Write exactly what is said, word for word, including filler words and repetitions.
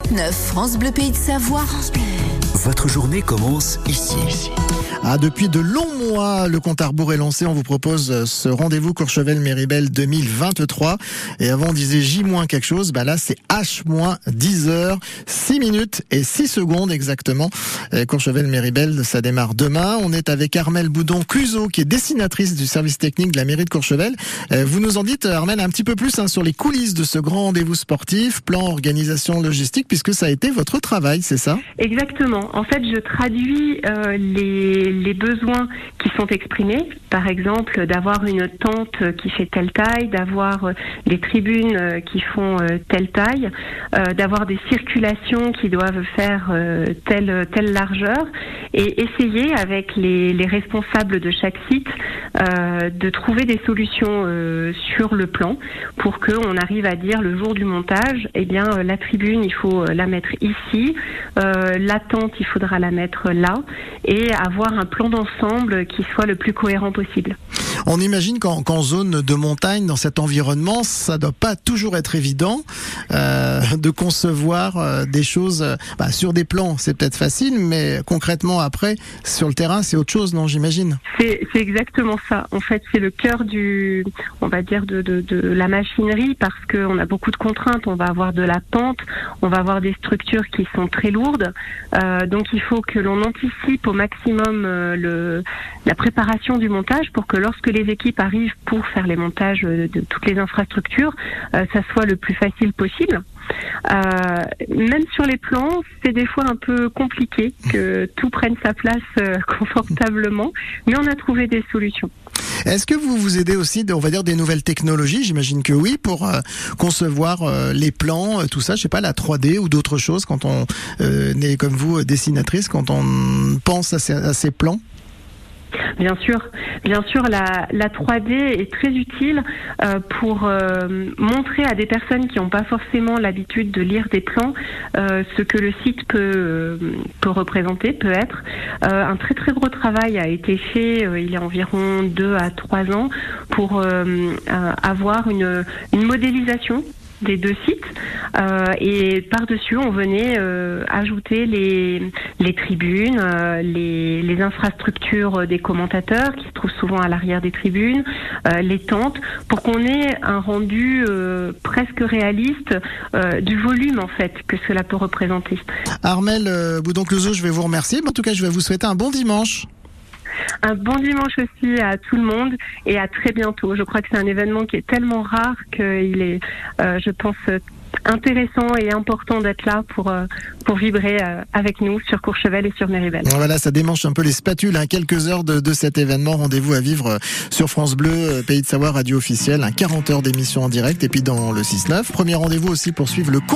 neuf, France Bleu Pays de Savoie. Votre journée commence ici. ici. Ah, depuis de longs mois, le compte à rebours est lancé. On vous propose ce rendez-vous Courchevel-Méribel deux mille vingt-trois. Et avant, on disait J- quelque chose. Bah là, c'est H- dix heures, six minutes et six secondes exactement. Courchevel-Méribel, ça démarre demain. On est avec Armelle Boudon-Cluzot, qui est dessinatrice du service technique de la mairie de Courchevel. Vous nous en dites, Armelle, un petit peu plus hein, sur les coulisses de ce grand rendez-vous sportif, plan, organisation, logistique, puisque ça a été votre travail, c'est ça? Exactement. En fait, je traduis euh, les, les besoins qui sont exprimés. Par exemple, d'avoir une tente qui fait telle taille, d'avoir euh, des tribunes euh, qui font euh, telle taille, euh, d'avoir des circulations qui doivent faire euh, telle, telle largeur, et essayer avec les, les responsables de chaque site euh, de trouver des solutions euh, sur le plan pour qu'on arrive à dire le jour du montage, eh bien euh, la tribune, il faut la mettre ici, euh, la tente, il faudra la mettre là, et avoir un plan d'ensemble qui soit le plus cohérent possible. On imagine qu'en, qu'en zone de montagne, dans cet environnement, ça doit pas toujours être évident euh, de concevoir euh, des choses euh, bah, sur des plans. C'est peut-être facile, mais concrètement après, sur le terrain, c'est autre chose, non, j'imagine. C'est, c'est exactement ça. En fait, c'est le cœur du, on va dire, de, de, de la machinerie, parce qu'on a beaucoup de contraintes. On va avoir de la pente, on va avoir des structures qui sont très lourdes. Euh, donc, il faut que l'on anticipe au maximum euh, le, la préparation du montage pour que lorsque les équipes arrivent pour faire les montages de toutes les infrastructures, euh, ça soit le plus facile possible. Euh, même sur les plans, c'est des fois un peu compliqué que tout prenne sa place euh, confortablement, mais on a trouvé des solutions. Est-ce que vous vous aidez aussi, de, on va dire, des nouvelles technologies? J'imagine que oui, pour euh, concevoir euh, les plans, euh, tout ça, je sais pas, la trois D ou d'autres choses, quand on euh, est comme vous dessinatrice, quand on pense à ces, à ces plans. Bien sûr, bien sûr, la, la trois D est très utile euh, pour euh, montrer à des personnes qui n'ont pas forcément l'habitude de lire des plans euh, ce que le site peut, euh, peut représenter, peut être. Euh, un très très gros travail a été fait euh, il y a environ deux à trois ans pour euh, euh, avoir une, une modélisation des deux sites euh, et par-dessus on venait euh, ajouter les, les tribunes, euh, les, les infrastructures des commentateurs qui se trouvent souvent à l'arrière des tribunes, euh, les tentes, pour qu'on ait un rendu euh, presque réaliste euh, du volume en fait que cela peut représenter. Armelle euh, Boudon-Cluzot, je vais vous remercier, mais en tout cas je vais vous souhaiter un bon dimanche. Un bon dimanche aussi à tout le monde et à très bientôt. Je crois que c'est un événement qui est tellement rare qu'il est, euh, je pense, intéressant et important d'être là pour, euh, pour vibrer euh, avec nous sur Courchevel et sur Méribel. Voilà, ça démange un peu les spatules. Hein. Quelques heures de, de cet événement. Rendez-vous à vivre sur France Bleu, Pays de Savoie, radio officielle. Un quarante heures d'émission en direct. Et puis dans le six neuf, premier rendez-vous aussi pour suivre le